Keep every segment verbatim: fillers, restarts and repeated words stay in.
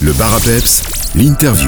Le Bar à Peps, l'interview.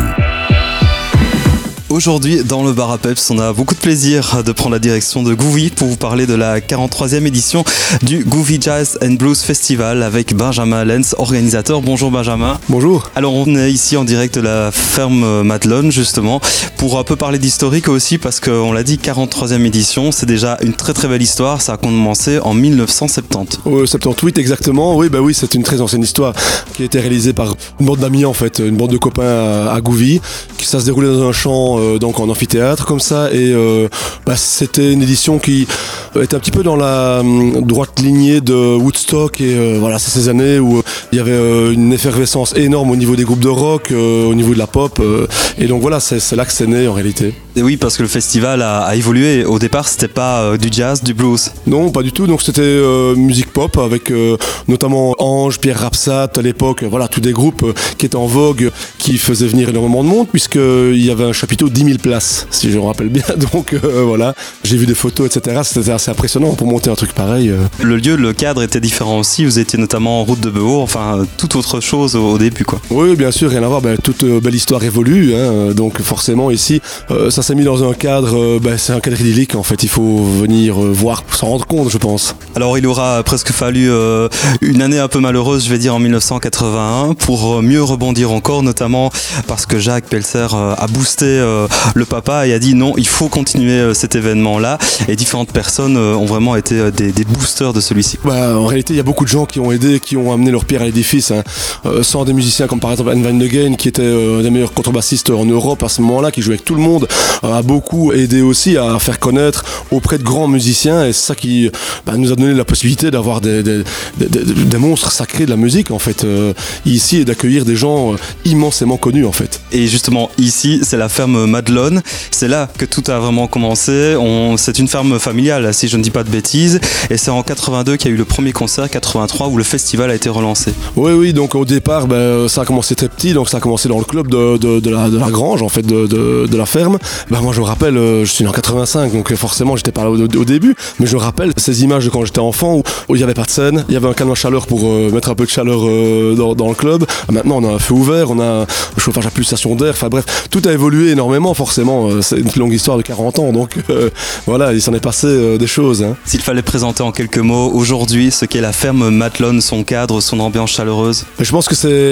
Aujourd'hui, dans le Bar à Peps, on a beaucoup de plaisir de prendre la direction de Gouvy pour vous parler de la quarante-troisième édition du Gouvy Jazz and Blues Festival avec Benjamin Lenz, organisateur. Bonjour Benjamin. Bonjour. Alors on est ici en direct de la ferme Madelon justement pour un peu parler d'historique aussi parce qu'on l'a dit, quarante-troisième édition, c'est déjà une très très belle histoire. Ça a commencé en dix-neuf cent soixante-dix. Euh, soixante-dix-huit exactement, oui bah oui c'est une très ancienne histoire qui a été réalisée par une bande d'amis en fait, une bande de copains à, à Gouvy. Ça se déroulait dans un champ euh, donc en amphithéâtre comme ça et euh, bah, c'était une édition qui était un petit peu dans la euh, droite lignée de Woodstock et euh, voilà c'est ces années où il euh, y avait euh, une effervescence énorme au niveau des groupes de rock, euh, au niveau de la pop euh, et donc voilà c'est, c'est là que c'est né en réalité. Et oui parce que le festival a, a évolué, au départ c'était pas euh, du jazz, du blues. Non pas du tout, donc c'était euh, musique pop avec euh, notamment Ange, Pierre Rapsat à l'époque, voilà tous des groupes euh, qui étaient en vogue, qui faisaient venir énormément de monde puisqu'il y avait un chapiteau dix mille places si je me rappelle bien, donc euh, voilà j'ai vu des photos etc, c'était assez impressionnant pour monter un truc pareil. euh. Le lieu, le cadre était différent aussi, vous étiez notamment en route de Beau, enfin toute autre chose au, au début quoi. Oui bien sûr, rien à voir, ben, toute euh, belle histoire évolue hein, donc forcément ici euh, ça s'est mis dans un cadre, euh, ben, c'est un cadre idyllique en fait, il faut venir euh, voir pour s'en rendre compte je pense. Alors il aura presque fallu euh, une année un peu malheureuse je vais dire en dix-neuf cent quatre-vingt-un pour mieux rebondir encore, notamment parce que Jacques Pelser euh, a boosté euh, le papa et a dit non il faut continuer euh, cet événement là et différentes personnes euh, ont vraiment été euh, des, des boosters de celui-ci. Bah, en réalité il y a beaucoup de gens qui ont aidé, qui ont amené leur pierre à l'édifice hein. euh, sans des musiciens comme par exemple Anne Van de Gain qui était euh, un des meilleurs contrebassistes en Europe à ce moment-là, qui jouait avec tout le monde, euh, a beaucoup aidé aussi à faire connaître auprès de grands musiciens et c'est ça qui bah, nous a donné la possibilité d'avoir des, des, des, des, des monstres sacrés de la musique en fait euh, ici et d'accueillir des gens euh, immensément connus en fait. Et justement ici c'est la ferme Madelon, c'est là que tout a vraiment commencé. On, c'est une ferme familiale si je ne dis pas de bêtises et c'est en quatre-vingt-deux qu'il y a eu le premier concert, quatre-vingt-trois où le festival a été relancé. Oui oui donc au départ ben, ça a commencé très petit, donc ça a commencé dans le club de, de, de, la, de la grange en fait de, de, de la ferme. Ben, moi je me rappelle, je suis né en quatre-vingt-cinq donc forcément j'étais pas là au, au début, mais je me rappelle ces images de quand j'étais enfant où, où il n'y avait pas de scène, il y avait un canon à chaleur pour euh, mettre un peu de chaleur euh, dans, dans le club. Maintenant on a un feu ouvert, on a un chauffage à pulsation d'air, enfin bref tout a évolué énormément forcément, euh, c'est une longue histoire de quarante ans donc euh, voilà il s'en est passé euh, des choses hein. S'il fallait présenter en quelques mots aujourd'hui ce qu'est la ferme Madelon, son cadre, son ambiance chaleureuse. Je pense que c'est,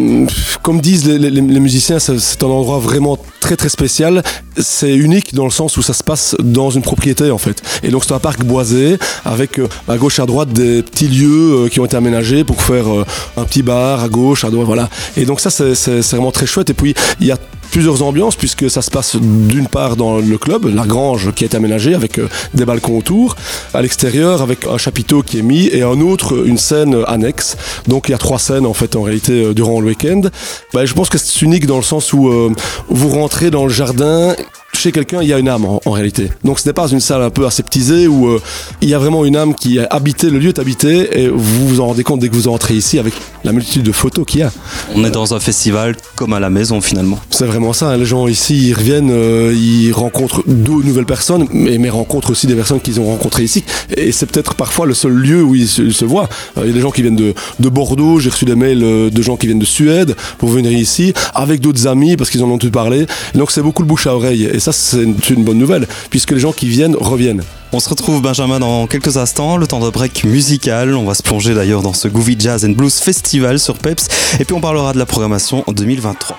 comme disent les, les, les musiciens, c'est, c'est un endroit vraiment très très spécial. C'est unique dans le sens où ça se passe dans une propriété en fait. Et donc c'est un parc boisé avec à gauche et à droite des petits lieux qui ont été aménagés pour faire un petit bar à gauche, à droite, voilà. Et donc ça c'est, c'est, c'est vraiment très chouette. Et puis il y a plusieurs ambiances puisque ça se passe d'une part dans le club, la grange qui a été aménagée avec euh, des balcons autour, à l'extérieur avec un chapiteau qui est mis et un autre, une scène annexe. Donc il y a trois scènes en fait en réalité euh, durant le week-end. Bah, je pense que c'est unique dans le sens où euh, vous rentrez dans le jardin. Chez quelqu'un, il y a une âme en, en réalité. Donc ce n'est pas une salle un peu aseptisée où euh, il y a vraiment une âme qui est habitée, le lieu est habité et vous vous en rendez compte dès que vous entrez ici avec la multitude de photos qu'il y a. On est dans un festival comme à la maison finalement. C'est vraiment ça, hein. Les gens ici ils reviennent, euh, ils rencontrent de nouvelles personnes mais, mais rencontrent aussi des personnes qu'ils ont rencontrées ici et c'est peut-être parfois le seul lieu où ils se, ils se voient. Il euh, y a des gens qui viennent de, de Bordeaux, j'ai reçu des mails euh, de gens qui viennent de Suède pour venir ici avec d'autres amis parce qu'ils en ont entendu parler et donc c'est beaucoup le bouche à oreille et ça c'est une, c'est une bonne nouvelle puisque les gens qui viennent reviennent. On se retrouve Benjamin dans quelques instants, le temps de break musical. On va se plonger d'ailleurs dans ce Gouvy Jazz and Blues Festival sur Peps et puis on parlera de la programmation en deux mille vingt-trois.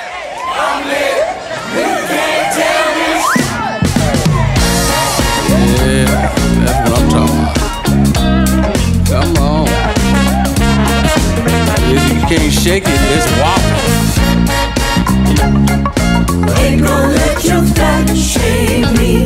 Yeah, that's what I'm talking about. Come on. If you can't shake it, let's walk. Ain't gonna let your fat shame me.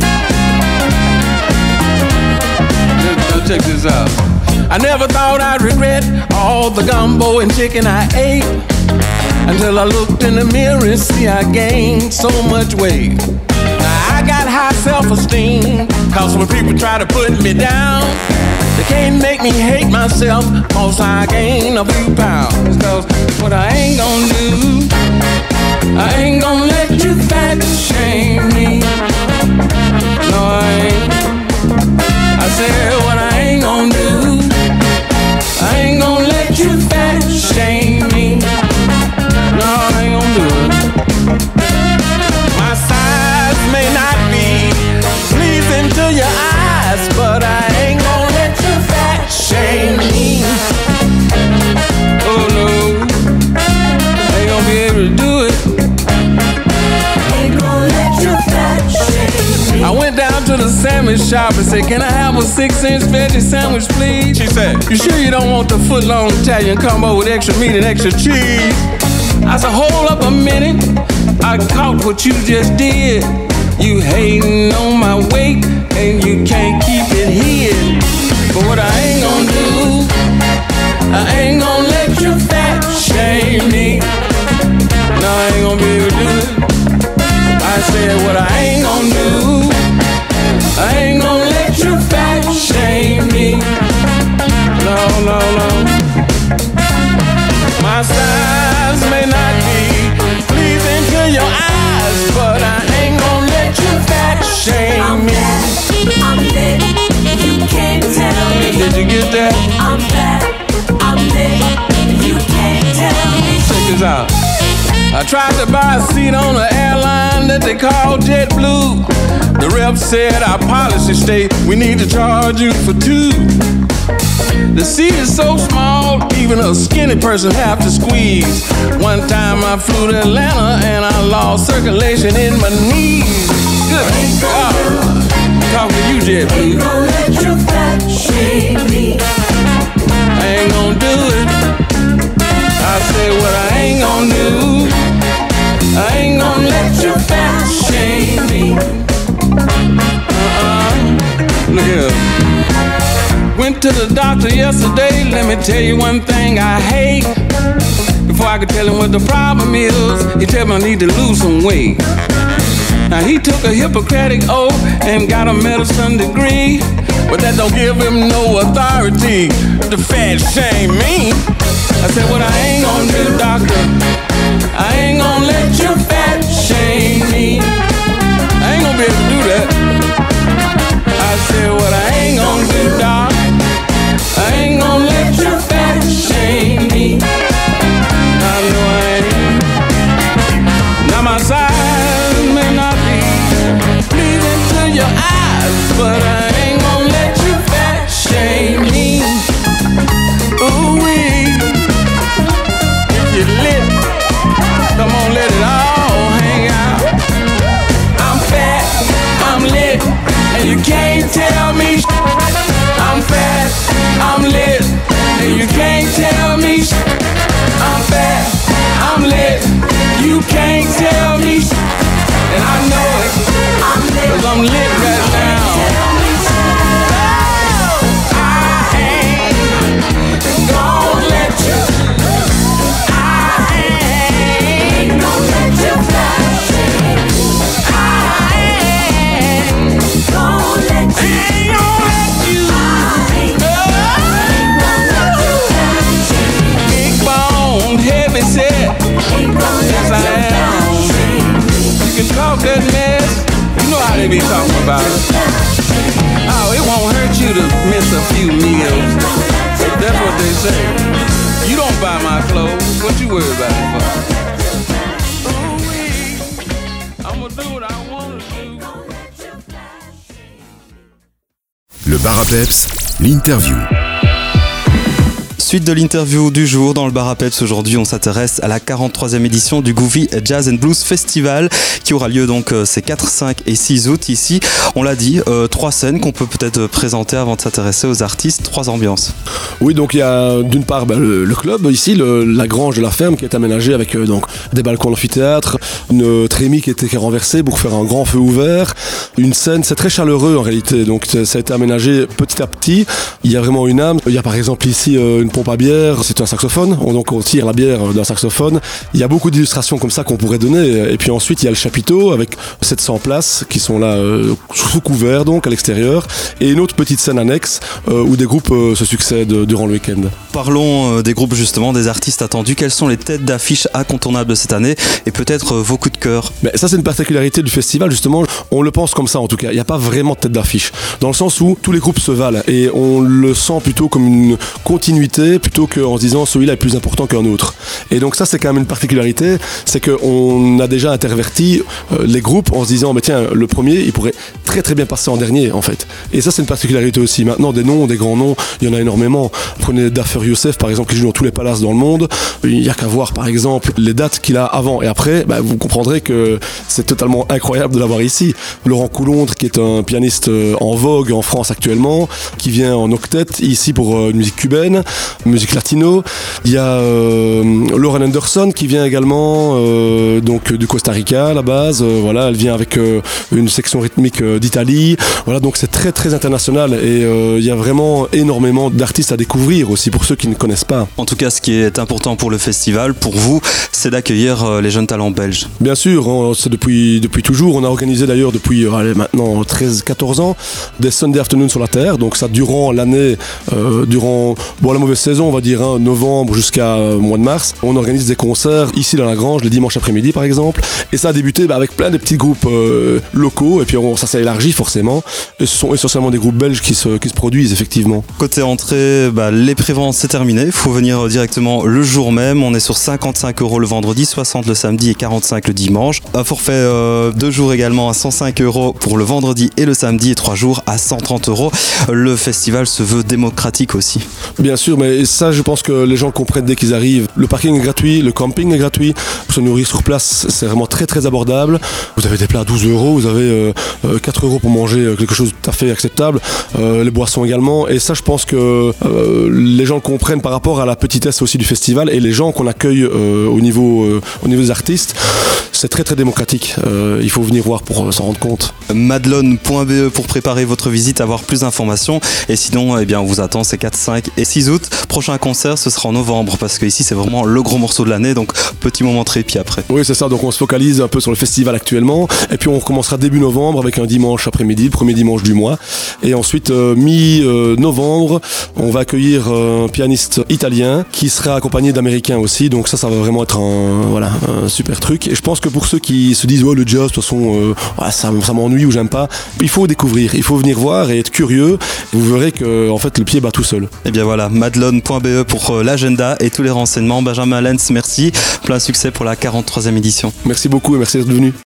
Let's check this out. I never thought I'd regret all the gumbo and chicken I ate until I looked in the mirror and see I gained so much weight. Now I got high self-esteem, cause when people try to put me down, they can't make me hate myself, cause I gain a few pounds. Cause what I ain't gonna do, I ain't gonna let you fat shame me. No, I ain't. I said what I ain't gonna do, I ain't gonna let you fat shame me. No, sandwich shop and said, can I have a six-inch veggie sandwich, please? She said, you sure you don't want the foot-long Italian combo with extra meat and extra cheese? I said, hold up a minute, I caught what you just did. You hating on my weight and you can't keep it hid. But what I ain't gonna do, I ain't gonna let you fat shame me. No, I ain't gonna be able to do it. I said what I ain't gonna do, I ain't gonna let you fat shame me. No, no, no. My size may not be pleasing to your eyes, but I ain't gonna let you fat shame me. I'm lit, you can't tell me. Did you get that? I'm fat, I'm lit, you can't tell me. Check this out. I tried to buy a seat on an airline that they call JetBlue. The rep said our policy state we need to charge you for two. The seat is so small, even a skinny person have to squeeze. One time I flew to Atlanta and I lost circulation in my knees. Good God. Talk to you, JetBlue. Ain't gonna let you fat shame me. I ain't gonna do it. I say what I ain't gonna do, I ain't gonna let you fat shame me. Uh-uh. Look here. Went to the doctor yesterday. Let me tell you one thing I hate. Before I could tell him what the problem is, he told me I need to lose some weight. Now he took a Hippocratic oath and got a medicine degree, but that don't give him no authority to fat shame me. I said what I ain't gonna do, doctor, I ain't gonna let you fat shame me. I ain't gonna be able to do that. I said what I ain't gonna do, doc, I ain't gonna let you fat shame me. I know I ain't. Now my size may not be pleasing to your eyes, but I ain't gonna let you fat shame me. Ooh-wee. You lit, come on, let it all hang out. I'm fat, I'm lit, and you can't tell me. I'm fat, I'm lit, and you can't tell me. I'm fat, I'm lit, you can't tell me. And I know it, cause I'm lit right now. I ain't gonna let you. Talk that mess, you know how they be talking about it. Oh, it won't hurt you to miss a few meals. That's what they say. You don't buy my clothes, what you worry about it for? Ooh-wee, I'ma do what I wanna do. Le Bar à Peps, l'interview. Suite de l'interview du jour dans le Bar à Peps. Aujourd'hui, on s'intéresse à la quarante-troisième édition du Goofy Jazz and Blues Festival qui aura lieu donc euh, ces quatre, cinq et six août ici. On l'a dit, euh, trois scènes qu'on peut peut-être présenter avant de s'intéresser aux artistes, trois ambiances. Oui, donc il y a d'une part bah, le, le club ici, le, la grange de la ferme qui est aménagée avec euh, donc des balcons d'amphithéâtre, une trémie qui a été renversée pour faire un grand feu ouvert, une scène, c'est très chaleureux en réalité, donc ça a été aménagé petit à petit. Il y a vraiment une âme. Il y a par exemple ici euh, une pompe à bière, c'est un saxophone, on, donc on tire la bière d'un saxophone. Il y a beaucoup d'illustrations comme ça qu'on pourrait donner. Et puis ensuite il y a le chapiteau avec sept cents places qui sont là euh, sous couvert donc à l'extérieur, et une autre petite scène annexe euh, où des groupes euh, se succèdent durant le week-end. Parlons euh, des groupes justement, des artistes attendus. Quelles sont les têtes d'affiche incontournables de cette année et peut-être euh, vos coups de cœur? Mais ça c'est une particularité du festival justement, on le pense comme ça en tout cas, il n'y a pas vraiment de tête d'affiche, dans le sens où tous les groupes se valent et on le sent plutôt comme une continuité qualité plutôt qu'en se disant celui-là est plus important qu'un autre. Et donc ça c'est quand même une particularité, c'est qu'on a déjà interverti euh, les groupes en se disant mais tiens le premier il pourrait très très bien passer en dernier en fait. Et ça c'est une particularité aussi. Maintenant des noms, des grands noms, il y en a énormément. Prenez Dafer Youssef par exemple qui joue dans tous les palaces dans le monde. Il n'y a qu'à voir par exemple les dates qu'il a avant et après, bah, vous comprendrez que c'est totalement incroyable de l'avoir ici. Laurent Coulondre qui est un pianiste en vogue en France actuellement, qui vient en octet ici pour euh, une musique cubaine, musique latino. Il y a euh, Lauren Anderson qui vient également euh, donc du Costa Rica à la base. Euh, voilà, elle vient avec euh, une section rythmique euh, d'Italie. Voilà, donc c'est très très international et euh, il y a vraiment énormément d'artistes à découvrir aussi pour ceux qui ne connaissent pas. En tout cas, ce qui est important pour le festival, pour vous, c'est d'accueillir euh, les jeunes talents belges. Bien sûr, hein, c'est depuis, depuis toujours. On a organisé d'ailleurs depuis euh, allez, maintenant treize quatorze ans des Sunday Afternoon sur la Terre. Donc ça durant l'année, euh, durant bon, la mauvaise saison, on va dire hein, novembre jusqu'à euh, mois de mars. On organise des concerts ici dans la Grange les dimanches après-midi par exemple. Et ça a débuté bah, avec plein de petits groupes euh, locaux. Et puis on, ça s'est élargi forcément. Et ce sont essentiellement des groupes belges qui se, qui se produisent effectivement. Côté entrée, bah, les préventes c'est terminé. Il faut venir directement le jour même. On est sur cinquante-cinq euros le vendredi, soixante le samedi et quarante-cinq le dimanche. Un forfait euh, deux jours également à cent cinq euros pour le vendredi et le samedi et trois jours à cent trente euros. Le festival se veut démocratique aussi. Bien sûr, mais ça je pense que les gens comprennent dès qu'ils arrivent. Le parking est gratuit, le camping est gratuit. Pour se nourrir sur place, c'est vraiment très très abordable. Vous avez des plats à douze euros, vous avez euh, quatre euros pour manger quelque chose de tout à fait acceptable. Euh, les boissons également. Et ça je pense que euh, les gens comprennent par rapport à la petitesse aussi du festival et les gens qu'on accueille euh, au, niveau, euh, au niveau des artistes. C'est très très démocratique. Euh, il faut venir voir pour euh, s'en rendre compte. Madelon point b e pour préparer votre visite, avoir plus d'informations. Et sinon, eh bien, on vous attend ces quatre, cinq et six août. Prochain concert, ce sera en novembre parce que ici c'est vraiment le gros morceau de l'année. Donc petit moment de répit après. Oui, c'est ça. Donc on se focalise un peu sur le festival actuellement. Et puis on recommencera début novembre avec un dimanche après-midi, le premier dimanche du mois. Et ensuite, euh, mi-novembre, on va accueillir un pianiste italien qui sera accompagné d'Américains aussi. Donc ça, ça va vraiment être un, voilà, un super truc. Et je pense que pour ceux qui se disent oh, le jazz, de toute façon, euh, ouais, ça, ça m'ennuie ou j'aime pas, il faut découvrir, il faut venir voir et être curieux. Et vous verrez que en fait, le pied bat tout seul. Et bien voilà, madelon point b e pour euh, l'agenda et tous les renseignements. Benjamin Lenz, merci. Plein succès pour la quarante-troisième édition. Merci beaucoup et merci d'être venu.